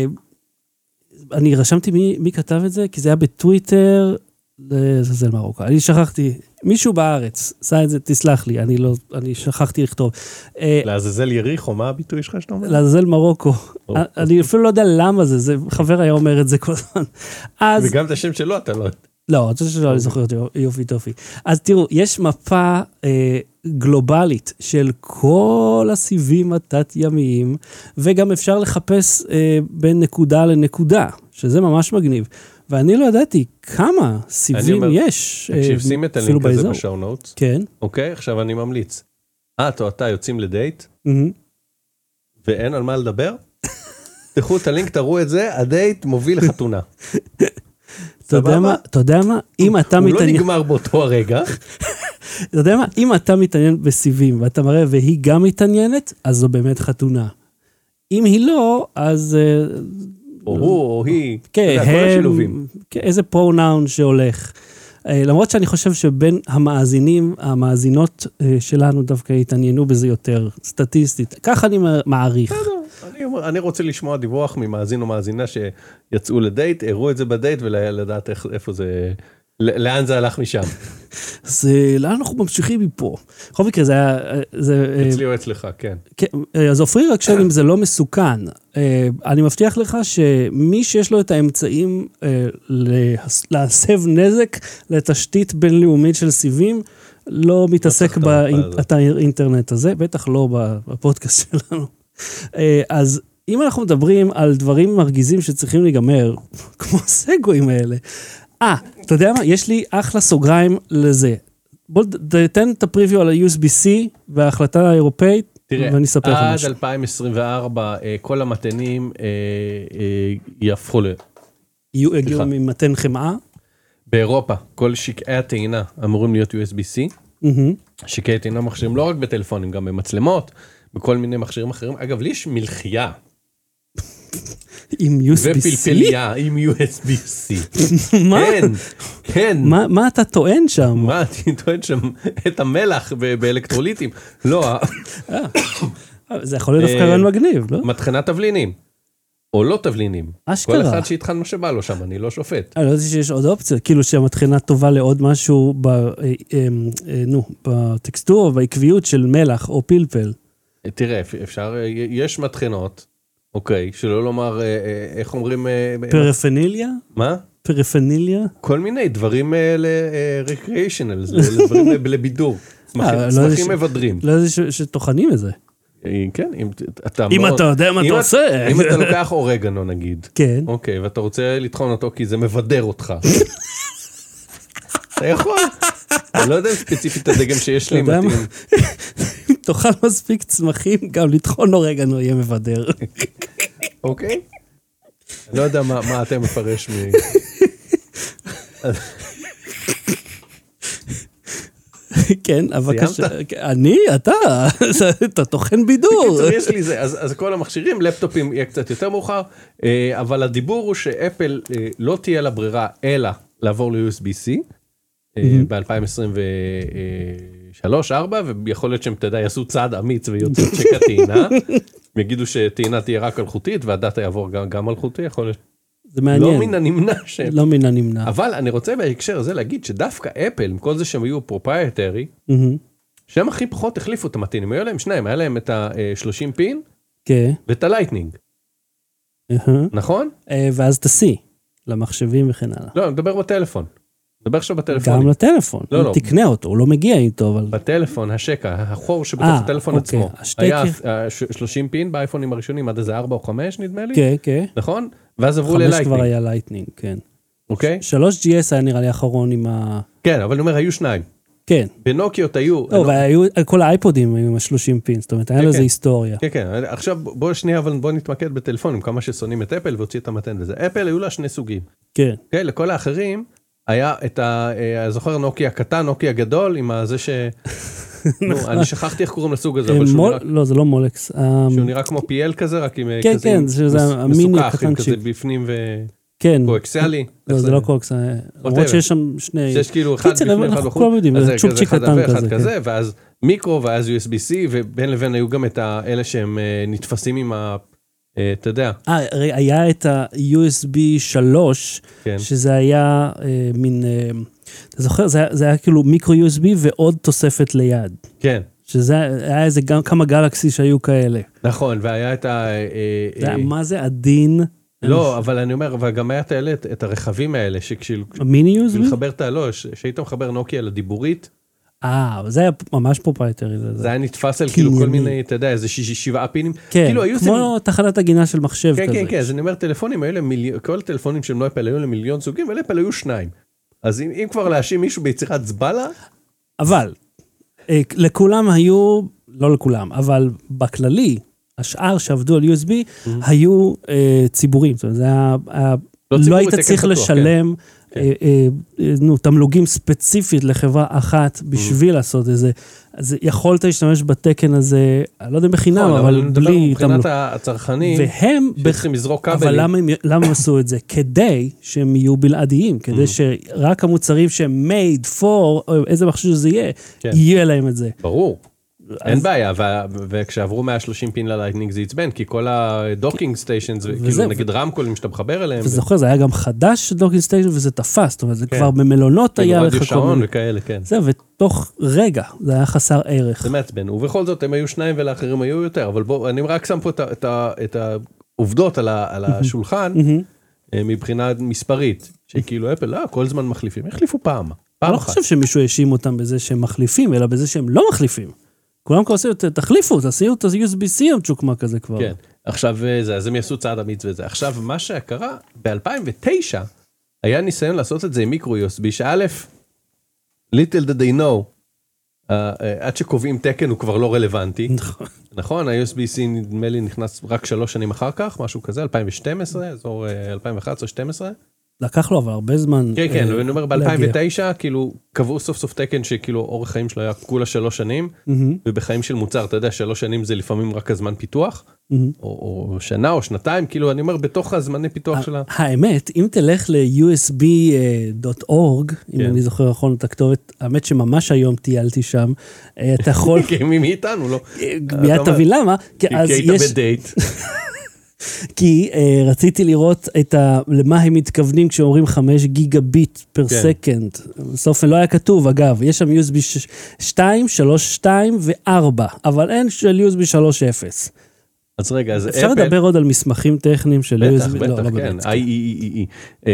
אני רשמתי מי, מי כתב את זה, כי זה היה בטוויטר, לזלזל מרוקו. אני שכחתי, מישהו בארץ, עשה את זה, תסלח לי, אני לא, אני שכחתי לכתוב. לעזאזל יריחו, מה הביטוי שלך שאתה אומר? לעזאזל מרוקו. אני אפילו לא יודע למה זה, זה, חבר היה אומר את זה כל הזמן. וגם את השם שלו אתה לא... לא, את השם שלו אני זוכר יופי טופי. אז תראו, יש מפה גלובלית של כל הסיבים התת-ימיים, וגם אפשר לחפש בין נקודה לנקודה, שזה ממש מגניב. ואני לא ידעתי כמה סיבים יש. תקשיב, שים את הלינק הזה בשואו נוטס. כן. אוקיי, עכשיו אני ממליץ. את או אתה יוצאים לדייט, ואין על מה לדבר, תחו את הלינק, תראו את זה, הדייט מוביל לחתונה. אתה יודע מה? אתה יודע מה? אם אתה מתעניין... הוא לא נגמר באותו הרגע. אתה יודע מה? אם אתה מתעניין בסיבים, ואתה מראה והיא גם מתעניינת, אז זו באמת חתונה. אם היא לא, אז... או הוא, או היא. כן, הם... איזה פרונאון שהולך. למרות שאני חושב שבין המאזינים, המאזינות שלנו דווקא התעניינו בזה יותר, סטטיסטית. כך אני מעריך. אני רוצה לשמוע דיווח ממאזין או מאזינה שיצאו לדייט, הראו את זה בדייט ולדעת איפה זה, לאן זה הלך משם. אז לאן אנחנו ממשיכים מפה? בכל מקרה זה היה... אצלי או אצלך, כן. אז עופרי רק שואל אם זה לא מסוכן. אני מבטיח לך שמי שיש לו את האמצעים להסב נזק לתשתית בינלאומית של סיבים, לא מתעסק באינטרנט הזה, בטח לא בפודקאסט שלנו. אז אם אנחנו מדברים על דברים מרגיזים שצריכים להיגמר, כמו סגויים האלה, אה, אתה יודע מה? יש לי אחלה סוגריים לזה. בוא תתן את הפריוויו על ה-יו אס בי סי וההחלטה האירופאית, ואני אספר לך משהו. תראה, עד אלפיים עשרים וארבע כל המתנים יהפכו ל... יגיעו ממתן חמאה? באירופה, כל שקעי הטעינה אמורים להיות יו אס בי סי. שקעי הטעינה מכשירים לא רק בטלפונים, גם במצלמות, בכל מיני מכשירים אחרים. אגב, לי יש מלחייה. עם יו אס בי סי? ופלפליה עם יו אס בי סי. מה? כן, כן. מה אתה טוען שם? מה, אני טוען שם את המלח באלקטרוליטים. לא. זה יכול להיות דווקא רעיון מגניב, לא? מטחנת תבלינים. או לא תבלינים. אשכרה. כל אחד שיתחן מה שבא לו שם, אני לא שופט. אני לא יודעת שיש עוד אופציה, כאילו שהמטחנה טובה לעוד משהו בטקסטורה, בעקביות של מלח או פלפל. תראה, אפשר, יש מטחנות, אוקיי, שלא לומר, איך אומרים... פרפניליה? מה? פרפניליה? כל מיני דברים ל-recreational, דברים לבידור. צמחים מבדרים. לא יודע שטוחנים את זה. כן, אם אתה יודע מה אתה עושה. אם אתה לוקח אורגנו נגיד. כן. אוקיי, ואתה רוצה לטחון אותו כי זה מבדר אותך. אתה יכול. אני לא יודע ספציפית הדגם שיש לי מתאים. אם תאכל מספיק צמחים, גם לטחון אורגנו יהיה מבדר. אוקיי. אני לא יודע מה אתם מפרש מ... כן, אבל אני, אתה, אתה תוכן בידור. יש לי זה, אז כל המכשירים, לפטופים יהיה קצת יותר מאוחר, אבל הדיבור הוא שאפל לא תהיה לה ברירה, אלא לעבור ל-יו אס בי סי, ב-אלפיים עשרים ושלוש ארבע, ויכול להיות שהם, אתה יודע, יעשו צעד אמיץ ויוצאו צ'ק הטעינה, ויגידו שטעינה תהיה רק אלחוטית, והדאטה יעבור גם אלחוטי, יכול להיות. זה מעניין. לא מן הנמנע. לא מן הנמנע. אבל אני רוצה בהקשר הזה להגיד שדווקא אפל, עם כל זה שהם היו פרופרייטרי, שהם הכי פחות החליפו את המתינים. היו להם שניים, היה להם את ה-שלושים פין, ואת הלייטנינג. נכון? ואז את ה-C, למחשבים וכן הלאה. לא, אני מדבר בטלפון. מדבר עכשיו בטלפון. גם לטלפון. תקנה אותו, הוא לא מגיע איתו, אבל... בטלפון, השקע, החור שבתוך הטלפון עצמו. היה שלושים פין באייפונים הראשונים, עד איזה ארבע או חמש, נדמה לי. כן, כן. נכון? ואז עברו ללייטנינג. חמש כבר היה לייטנינג, כן. אוקיי? שלוש ג'י אס היה נראה לי האחרון עם ה... כן, אבל אני אומר, היו שניים. כן. בנוקיות היו... לא, והיו, כל האייפודים היו עם ה-שלושים פין, זאת אומרת, היה לזה היסטוריה. כן, כן. עכשיו, בוא שנייה, אבל בוא נתמקד בטלפונים, כמה ששונאים את אפל והוציא את המתן לזה. אפל היו לה שני סוגים. כן. כן, לכל האחרים, היה את ה... זוכר נוקיה קטן, נוקיה גדול, עם הזה ש... אני שכחתי איך קוראים לסוג הזה, אבל שהוא נראה... לא, זה לא מולקס. שהוא נראה כמו פי אל כזה, רק עם כזה מסוכח, עם כזה בפנים ו... כן. קואקסיאלי. לא, זה לא קואקסיאלי. למרות שיש שם שני... שיש כאילו אחד בפנים, אחד בחוץ. אנחנו כולם יודעים, צ'ופצ'יק קטן כזה. כזה, ואז מיקרו, ואז יו אס בי סי, ובין לבין היו גם את האלה שהם נתפסים עם ה... אתה יודע. אה, היה את ה-יו אס בי שלוש, שזה היה מין... אתה זוכר? זה היה כאילו מיקרו יו אס בי ועוד תוספת ליד. כן. שזה היה איזה גם כמה גלקסי שהיו כאלה. נכון, והיה את ה... מה זה עדין? לא, אבל אני אומר, וגם היה את האלה, את הרכבים האלה, שכשאילו... המיני יו אס בי? לחבר את הלא, שהיית מחבר נוקיה לדיבורית. אה, זה היה ממש פופייטרי. זה היה נתפס על כאילו כל מיני, אתה יודע, איזה שבעה פינים. כן, כמו תחנת הגינה של מחשב כזה. כן, כן, כן, אז אני אומר, טלפונים היו למיליון, כל הטלפונים של נויפל היו למיליון סוגים, ולאפל היו שניים. אז אם כבר להאשים מישהו ביצירת זבלה... אבל, לכולם היו, לא לכולם, אבל בכללי, השאר שעבדו על יו אס בי היו ציבורים. זאת אומרת, זה היה... לא היית צריך לשלם תמלוגים ספציפית לחברה אחת בשביל לעשות את זה. אז יכולת להשתמש בתקן הזה, אני לא יודע בחינם, אבל בלי תמלוג. מבחינת הצרכני, שצריכים לזרוק כבלים. אבל למה הם עשו את זה? כדי שהם יהיו בלעדיים, כדי שרק המוצרים שהם made for, איזה מחשב שזה יהיה, יהיה להם את זה. ברור. אין בעיה, וכשעברו מאה ושלושים פין ללייטנינג זה יצבן, כי כל הדוקינג סטיישנס, כאילו נגיד רמקולים שאתה מחבר אליהם. וזוכר, זה היה גם חדש דוקינג סטיישן, וזה תפס, זאת אומרת, זה כבר במלונות היה לך כל מיני. וכאלה, כן. זהו, ותוך רגע, זה היה חסר ערך. זה מעצבן, ובכל זאת הם היו שניים ולאחרים היו יותר, אבל בואו, אני רק שם פה את העובדות על השולחן, מבחינה מספרית, שכאילו אפל, לא, כל זמן מחליפים, החליפו פעם. אני לא חושב שמישהו האשים אותם בזה שהם מחליפים, אלא בזה שהם לא מחליפים. כולם כבר עשו, תחליפו, תעשו את ה-יו אס בי סי צ'וקמה כזה כבר. כן, עכשיו זה, אז הם יעשו צעד אמיץ וזה. עכשיו, מה שקרה, ב-אלפיים ותשע, היה ניסיון לעשות את זה עם מיקרו יו אס בי, שא', little did they know, uh, uh, עד שקובעים תקן הוא כבר לא רלוונטי. נכון. נכון, ה-יו אס בי סי נדמה לי נכנס רק שלוש שנים אחר כך, משהו כזה, אלפיים ושתים עשרה, אזור uh, אלפיים ואחת עשרה שתים עשרה. לקח לו אבל הרבה זמן. כן, כן, ואני אומר, ב-אלפיים ותשע, כאילו, קבעו סוף סוף תקן שכאילו אורך חיים שלו היה כולה שלוש שנים, ובחיים של מוצר, אתה יודע, שלוש שנים זה לפעמים רק הזמן פיתוח, או שנה או שנתיים, כאילו, אני אומר, בתוך הזמני פיתוח שלה. האמת, אם תלך ל-יו אס בי דוט אורג, אם אני זוכר נכון את הכתובת, האמת שממש היום טיילתי שם, אתה יכול... כי מי מאיתנו, לא? מיד תבין למה. כי היית בדייט. כי uh, רציתי לראות את ה, למה הם מתכוונים כשאומרים חמש גיגה ביט פר סקנד. בסוף לא היה כתוב, אגב, יש שם יו אס בי שתיים, שלוש, שתיים ו-ארבע, אבל אין של יו אס בי שלוש אפס. אז רגע, אז אפשר אפל... לדבר עוד על מסמכים טכניים של יו אס בי? בטח, בטח, כן. איי אי אי אי.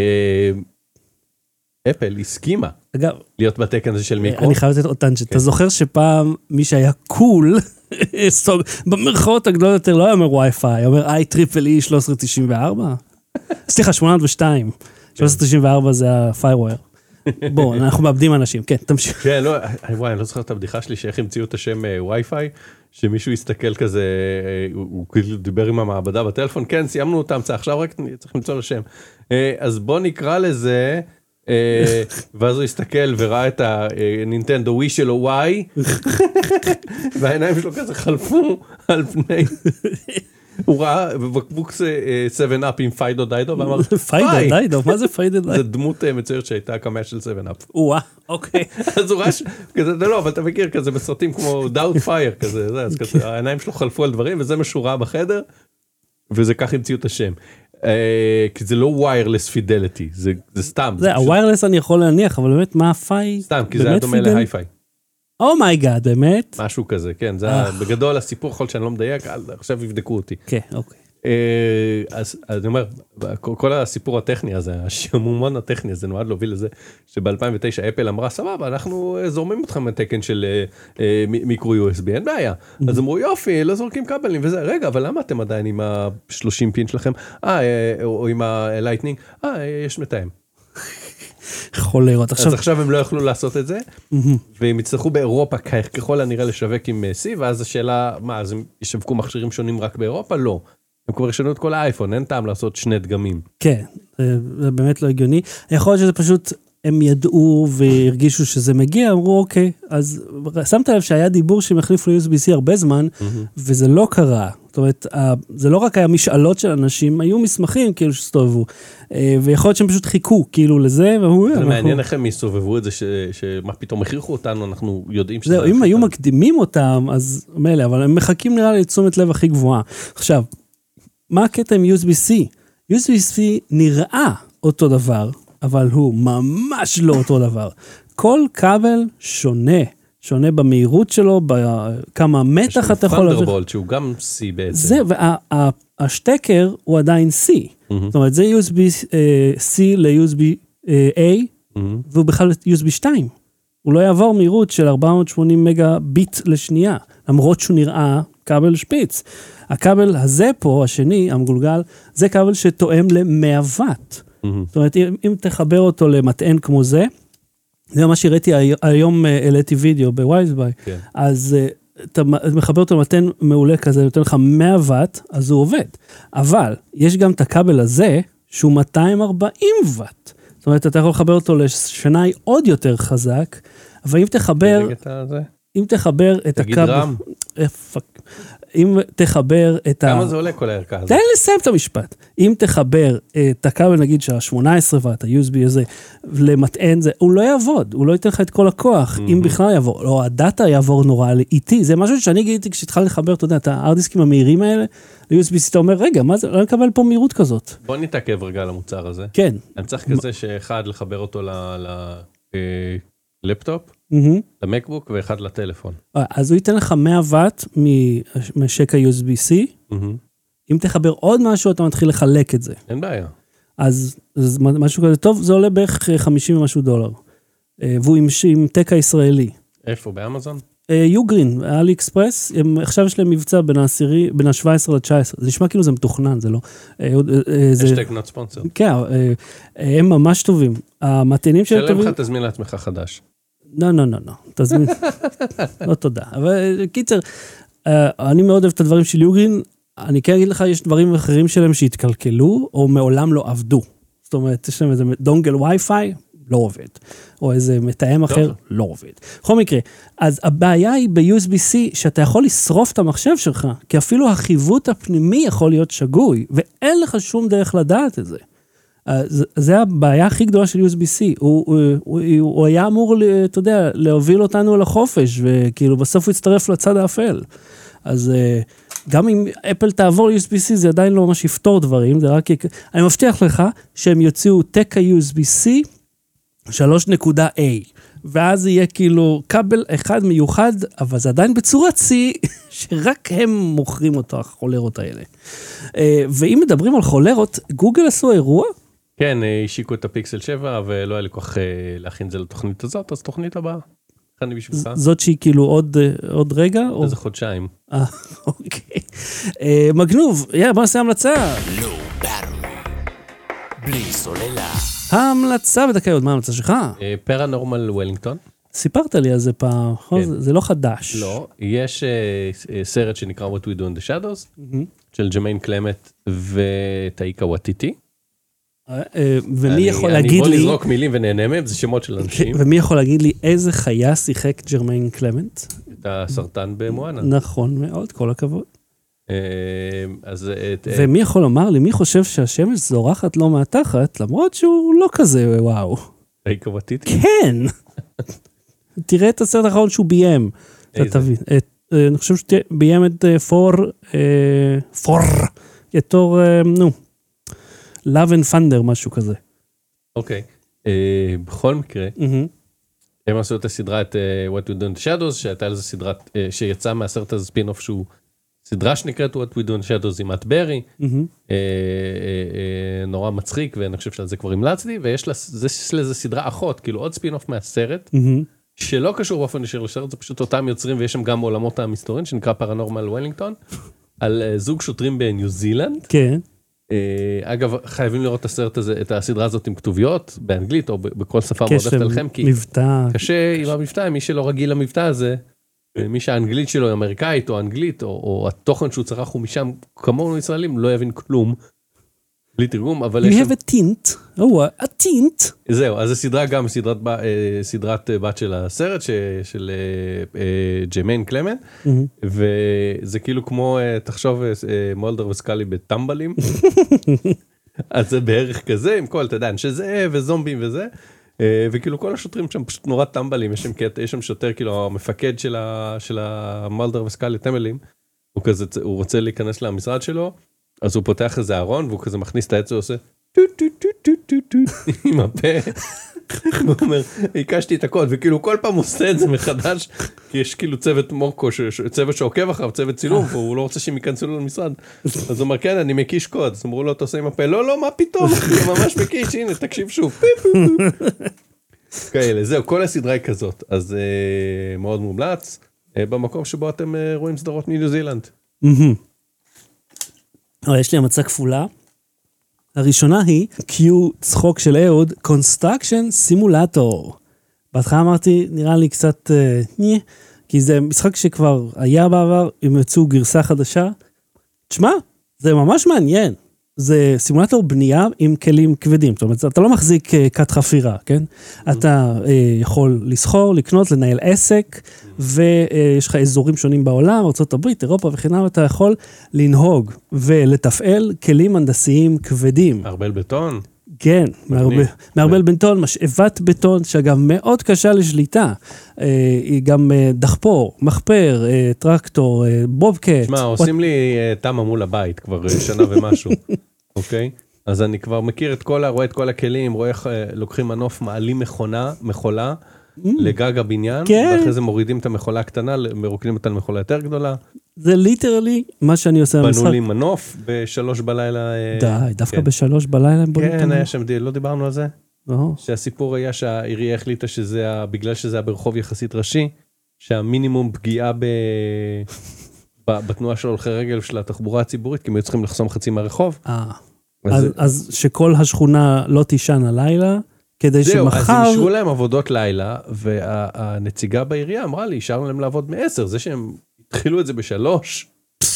אפל הסכימה להיות בתקן הזה של מיקרו. אני חייב לתת עוד טנג'ט. אתה זוכר שפעם מי שהיה קול, במרכאות הגדולות יותר לא היה אומר וי-פיי, אומר איי טריפל אי שלוש מאות תשעים וארבע? סליחה, שמונה מאות ושתיים. שלוש מאות תשעים וארבע זה ה-Firewire. בואו, אנחנו מאבדים אנשים. כן, תמשיך. כן, לא, וואי, אני לא זוכר את הבדיחה שלי, שאיך המציאו את השם וי-פיי, שמישהו יסתכל כזה, הוא דיבר עם המעבדה בטלפון, כן, סיימנו אותם, עכשיו רק צריך למצוא לשם. אז בוא נקרא לזה... ואז הוא הסתכל וראה את הנינטנדו ווי שלו וואי, והעיניים שלו כזה חלפו על פני, הוא ראה בבקבוק סבן אפ עם פיידו דיידו, ואמר, פיידו דיידו, מה זה פיידו דיידו? זה דמות מצוירת שהייתה הקמה של סבן אפ. וואה, אוקיי. אז הוא ראה, כזה, לא, אבל אתה מכיר כזה בסרטים כמו דאוט פייר, כזה, אז כזה, העיניים שלו חלפו על דברים, וזה מה שהוא ראה בחדר, וזה כך המציאו את השם. כי זה לא ויירלס פידליטי, זה סתם. זה, הוויירלס אני יכול להניח, אבל באמת מה הפאי? סתם, כי זה היה דומה להי-פיי. אומייגאד, באמת? משהו כזה, כן, זה בגדול הסיפור, יכול שאני לא מדייק, עכשיו יבדקו אותי. כן, אוקיי. אז אני אומר, כל הסיפור הטכני הזה, השמומון הטכני הזה, נועד להוביל לזה, שב-אלפיים ותשע אפל אמרה, סבבה, אנחנו זורמים אתכם לתקן של מיקרו יו אס בי, אין בעיה. אז אמרו, יופי, לא זורקים כבלים וזה, רגע, אבל למה אתם עדיין עם ה-שלושים פין שלכם? אה, או עם הלייטנינג? אה, יש מתאם. חולרות. אז עכשיו הם לא יכלו לעשות את זה, והם יצטרכו באירופה ככל הנראה לשווק עם C, ואז השאלה, מה, אז הם ישווקו מכשירים שונים רק באירופה? לא. הם כבר ישנו את כל האייפון, אין טעם לעשות שני דגמים. כן, זה באמת לא הגיוני. יכול להיות שזה פשוט, הם ידעו והרגישו שזה מגיע, אמרו אוקיי, אז שמת לב שהיה דיבור שהם החליפו ל-יו אס בי סי הרבה זמן, וזה לא קרה. זאת אומרת, זה לא רק היה משאלות של אנשים, היו מסמכים כאילו שסתובבו, ויכול להיות שהם פשוט חיכו כאילו לזה, והוא... זה מעניין איך הם יסובבו את זה, שמה פתאום הכריחו אותנו, אנחנו יודעים שזה... זהו, אם היו מקדימים אותם, אז מלא, אבל הם מחכים נראה לי לתשומת לב הכי גבוהה. עכשיו, מה הקטע עם יו אס בי-C? יו אס בי-C נראה אותו דבר, אבל הוא ממש לא אותו דבר. כל כבל שונה. שונה במהירות שלו, בכמה מתח אתה יכול... יש לו פנדרבולט שהוא גם C בעצם. זה, והשטקר הוא עדיין C. זאת אומרת, זה יו אס בי-C ל-יו אס בי-A, והוא בכלל יו אס בי שתיים. הוא לא יעבור מהירות של ארבע מאות ושמונים מגה ביט לשנייה, למרות שהוא נראה כבל שפיץ. הכבל הזה פה, השני, המגולגל, זה כבל שתואם ל-מאה ואט. זאת אומרת, אם תחבר אותו למטען כמו זה, זה מה שהראיתי היום, העליתי וידאו בווייזביי, אז אתה מחבר אותו למתן מעולה כזה, נותן לך מאה ואט, אז הוא עובד. אבל יש גם את הכבל הזה, שהוא מאתיים וארבעים ואט. זאת אומרת, אתה יכול לחבר אותו לשנאי עוד יותר חזק, אבל אם תחבר, אם תחבר את הכבל... תגיד רם. אם תחבר את ה... כמה זה עולה כל הערכה הזאת? תן לי לסיים את המשפט. אם תחבר את הכבל, נגיד, של ה-שמונה עשרה ואט, ה-יו אס בי הזה, למטען זה, הוא לא יעבוד, הוא לא ייתן לך את כל הכוח, אם בכלל יעבור, או הדאטה יעבור נורא איטי, זה משהו שאני גיליתי כשהתחלתי לחבר, אתה יודע, את הארדיסקים המהירים האלה, ל-יו אס בי-C, אתה אומר, רגע, מה זה, לא נקבל פה מהירות כזאת. בוא נתעכב רגע על המוצר הזה. כן. אני צריך כזה שאחד לחבר אותו ללפטופ, למקבוק ואחד לטלפון. אז הוא ייתן לך מאה ואט משק ה-יו אס בי-C, אם תחבר עוד משהו, אתה מתחיל לחלק את זה. אין בעיה. אז משהו כזה טוב, זה עולה בערך חמישים ומשהו דולר. והוא עם טק הישראלי. איפה? באמזון? יוגרין, אלי אקספרס, עכשיו יש להם מבצע בין העשירי, בין ה-שבע עשרה ל-תשע עשרה. זה נשמע כאילו זה מתוכנן, זה לא. השטג not sponsor. כן, הם ממש טובים. המתאינים שהם טובים... שלם לך תזמין לעצמך חדש. לא, לא, לא, לא. תזמין. לא תודה. אבל קיצר, אני מאוד אוהב את הדברים של יוגרין. אני כן אגיד לך, יש דברים אחרים שלהם שהתקלקלו, או מעולם לא עבדו. זאת אומרת, יש להם איזה דונגל וי-פיי, לא עובד. או איזה מתאם אחר, לא עובד. בכל מקרה, אז הבעיה היא ב-יו אס בי-C, שאתה יכול לשרוף את המחשב שלך, כי אפילו החיווט הפנימי יכול להיות שגוי, ואין לך שום דרך לדעת את זה. זה הבעיה הכי גדולה של יו אס בי-C. הוא, הוא, הוא, הוא היה אמור, אתה יודע, להוביל אותנו לחופש, וכאילו בסוף הוא יצטרף לצד האפל. אז גם אם אפל תעבור ל-יו אס בי-C, זה עדיין לא ממש יפתור דברים, זה רק... אני מבטיח לך שהם יוציאו טק ה-יו אס בי-C שלוש נקודה A, ואז יהיה כאילו כבל אחד מיוחד, אבל זה עדיין בצורת C, שרק הם מוכרים אותו, החולרות האלה. ואם מדברים על חולרות, גוגל עשו אירוע? כן, השיקו את הפיקסל שבע, ולא היה לי כוח להכין זה לתוכנית הזאת, אז תוכנית הבאה. זאת שהיא כאילו עוד, עוד רגע? איזה חודשיים. אה, אוקיי. מגנוב, יאללה, בוא נעשה המלצה. בלי סוללה. ההמלצה בדקה עוד, מה ההמלצה שלך? פרנורמל וולינגטון. סיפרת לי על זה פעם, זה לא חדש. לא, יש סרט שנקרא What We Do in the Shadows, של ג'מיין קלמט וטאיקה וואטיטי. ומי יכול להגיד לי... אני בוא נזרוק מילים ונהנה מהם, זה שמות של אנשים. ומי יכול להגיד לי איזה חיה שיחק ג'רמיין קלמנט? את הסרטן במואנה. נכון מאוד, כל הכבוד. אז... ומי יכול לומר לי, מי חושב שהשמש זורחת לא מהתחת, למרות שהוא לא כזה וואו. טאיקה וואטיטי? כן. תראה את הסרט האחרון שהוא ביים. איזה? אני חושב שהוא ביים את פור, פור, את אור, נו. Love and Thunder, משהו כזה. אוקיי. בכל מקרה, הם עשו את הסדרה, את What We Do in the Shadows, שהייתה לזה סדרה, שיצאה מהסרט הזה ספין-אוף שהוא סדרה שנקראת What We Do in the Shadows עם מאט ברי, נורא מצחיק, ואני חושב שעל זה כבר המלצתי, ויש לזה סדרה אחות, כאילו עוד ספין-אוף מהסרט, שלא קשור באופן ישיר לסרט, זה פשוט אותם יוצרים, ויש שם גם עולמות המסתורין, שנקרא פרנורמל וולינגטון, על זוג שוטרים בניו זילנד. כן. אגב, חייבים לראות את הסרט הזה, את הסדרה הזאת עם כתוביות, באנגלית או בכל שפה מועדפת עליכם, כי קשה עם המבטא, מי שלא רגיל למבטא הזה, מי שהאנגלית שלו היא אמריקאית או אנגלית, או התוכן שהוא צרך הוא משם, כמונו ישראלים, לא יבין כלום. בלי תרגום, אבל... We have a tint, או, a tint. זהו, אז הסדרה גם סדרת, סדרת בת של הסרט, של ג'יימיין קלמנט, וזה כאילו כמו, תחשוב, מולדר וסקאלי בטמבלים, אז זה בערך כזה, עם כל, אתה יודע, אנשי זאב וזומבים וזה, וכאילו כל השוטרים שם פשוט נורא טמבלים, יש שם, יש שם שוטר, כאילו המפקד של המולדר וסקאלי טמבלים, הוא כזה, הוא רוצה להיכנס למשרד שלו, אז הוא פותח איזה ארון, והוא כזה מכניס את העץ, הוא עושה טוט טוט טוט טוט טוט עם הפה. הוא אומר, הקשתי את הקוד, וכאילו כל פעם עושה את זה מחדש, כי יש כאילו צוות מורקו, צוות שעוקב אחריו, צוות צילום, והוא לא רוצה שהם ייכנסו לו למשרד. אז הוא אומר, כן, אני מקיש קוד. אז אמרו לו, אתה עושה עם הפה, לא, לא, מה פתאום? אני ממש מקיש, הנה, תקשיב שוב. כאלה, זהו, כל הסדרה היא כזאת. אז מאוד מומלץ, במקום שבו אתם רואים סדרות מניו זילנד. יש לי המצאה כפולה. הראשונה היא קיו צחוק של אהוד, קונסטרקשן סימולטור. בהתחלה אמרתי, נראה לי קצת נה, כי זה משחק שכבר היה בעבר, אם יצאו גרסה חדשה. תשמע, זה ממש מעניין. זה סימולטור בנייה עם כלים כבדים. זאת אומרת, אתה לא מחזיק קט חפירה, כן? אתה יכול לסחור, לקנות, לנהל עסק, ויש לך אזורים שונים בעולם, ארצות הברית, אירופה וכן, אתה יכול לנהוג ולתפעל כלים הנדסיים כבדים. מערבל בטון? כן, מערבל בטון, משאבת בטון, שאגב מאוד קשה לשליטה. היא גם דחפור, מחפר, טרקטור, בובקט. שמע, עושים לי תמה מול הבית כבר שנה ומשהו, אוקיי? אז אני כבר מכיר את כל, רואה את כל הכלים, רואה איך לוקחים מנוף, מעלים מכונה, מכולה, לגג הבניין, ואחרי זה מורידים את המכולה הקטנה, מרוקנים אותה למכולה יותר גדולה. זה ליטרלי מה שאני עושה במשחק. בנו לי מנוף בשלוש בלילה. די, דווקא בשלוש בלילה. כן, היה שם, לא דיברנו על זה? שהסיפור היה שהעירייה החליטה שזה, בגלל שזה היה ברחוב יחסית ראשי, שהמינימום פגיעה בתנועה של הולכי רגל של התחבורה הציבורית, כי הם היו צריכים לחסום חצי מהרחוב. אז שכל השכונה לא תישן הלילה, כדי שמחר... זהו, אז הם אישרו להם עבודות לילה, והנציגה בעירייה אמרה לי, אישרנו להם לעבוד מעשר, זה שהם התחילו את זה בשלוש.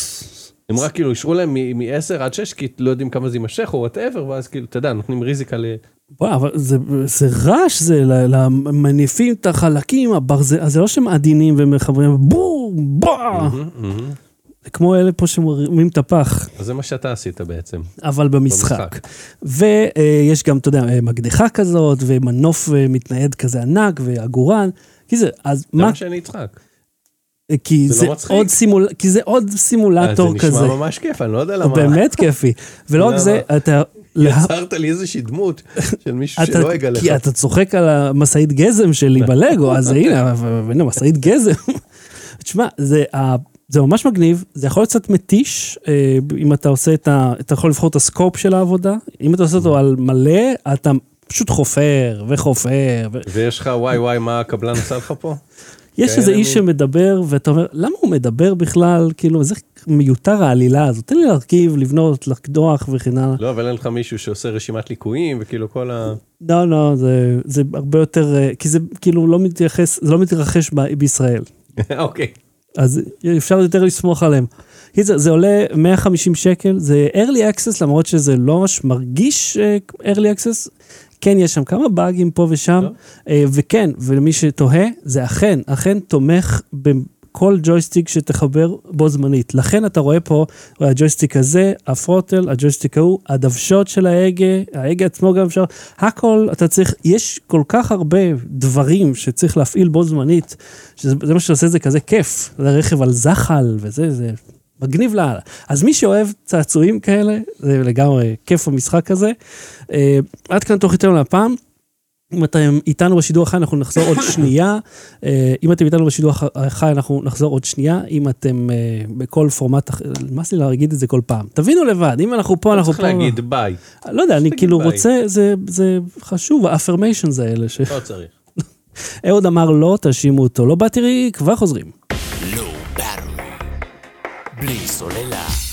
הם רק כאילו אישרו להם מעשר עד שש, כי לא יודעים כמה זה יימשך, או whatever, ואז כאילו, אתה יודע, נותנים ריזיקה ל... וואו, אבל זה רעש, זה למניפים את החלקים, אז זה לא שהם עדינים ומחברים, בום, בום. זה כמו אלה פה שמרימים את הפח. אז זה מה שאתה עשית בעצם. אבל במשחק. ויש גם, אתה יודע, מקדחה כזאת, ומנוף מתנייד כזה ענק, ועגורן. כי זה, אז מה... זה מה שאני אצחק. כי זה עוד סימול... כי זה עוד סימולטור כזה. זה נשמע ממש כיף, אני לא יודע למה. באמת כיפי. ולא רק זה, אתה... יצרת לי איזושהי דמות של מישהו שלא יגע לך. כי אתה צוחק על המסעית גזם שלי בלגו, אז הנה, הנה, מסעית גזם. תשמע, זה... זה ממש מגניב, זה יכול להיות קצת מתיש, אם אתה עושה את ה... אתה יכול לבחור את הסקופ של העבודה, אם אתה עושה אותו על מלא, אתה פשוט חופר וחופר. ויש לך וואי וואי, מה הקבלן עושה לך פה? יש איזה איש שמדבר, ואתה אומר, למה הוא מדבר בכלל? כאילו, זה מיותר העלילה הזאת, תן לי להרכיב, לבנות, לקדוח וכן הלאה. לא, אבל אין לך מישהו שעושה רשימת ליקויים, וכאילו כל ה... לא, לא, זה הרבה יותר, כי זה כאילו לא מתייחס, זה לא מתרחש בישראל. אוקיי. אז אפשר יותר לסמוך עליהם. זה, זה עולה מאה וחמישים שקל, זה early access, למרות שזה לא ממש מרגיש early access, כן, יש שם כמה באגים פה ושם, וכן, ולמי שתוהה, זה אכן, אכן תומך בכל ג'ויסטיק שתחבר בו זמנית. לכן אתה רואה פה, הג'ויסטיק הזה, הפרוטל, הג'ויסטיק ההוא, הדוושות של ההגה, ההגה עצמו גם אפשר, הכל אתה צריך, יש כל כך הרבה דברים שצריך להפעיל בו זמנית, שזה מה שעושה זה כזה כיף, זה רכב על זחל וזה, זה מגניב להלאה. אז מי שאוהב צעצועים כאלה, זה לגמרי כיף המשחק הזה. עד כאן תוך איתנו לפעם. אם אתם איתנו בשידור החי, אנחנו נחזור עוד שנייה. אם אתם איתנו בשידור החי, אנחנו נחזור עוד שנייה. אם אתם בכל פורמט, מה זה להגיד את זה כל פעם? תבינו לבד, אם אנחנו פה, אנחנו פה... צריך להגיד ביי. לא יודע, אני כאילו רוצה, זה חשוב, האפרמיישנס האלה. לא צריך. אהוד אמר לא, תשימו אותו. לא בטרי, כבר חוזרים. בלי סוללה.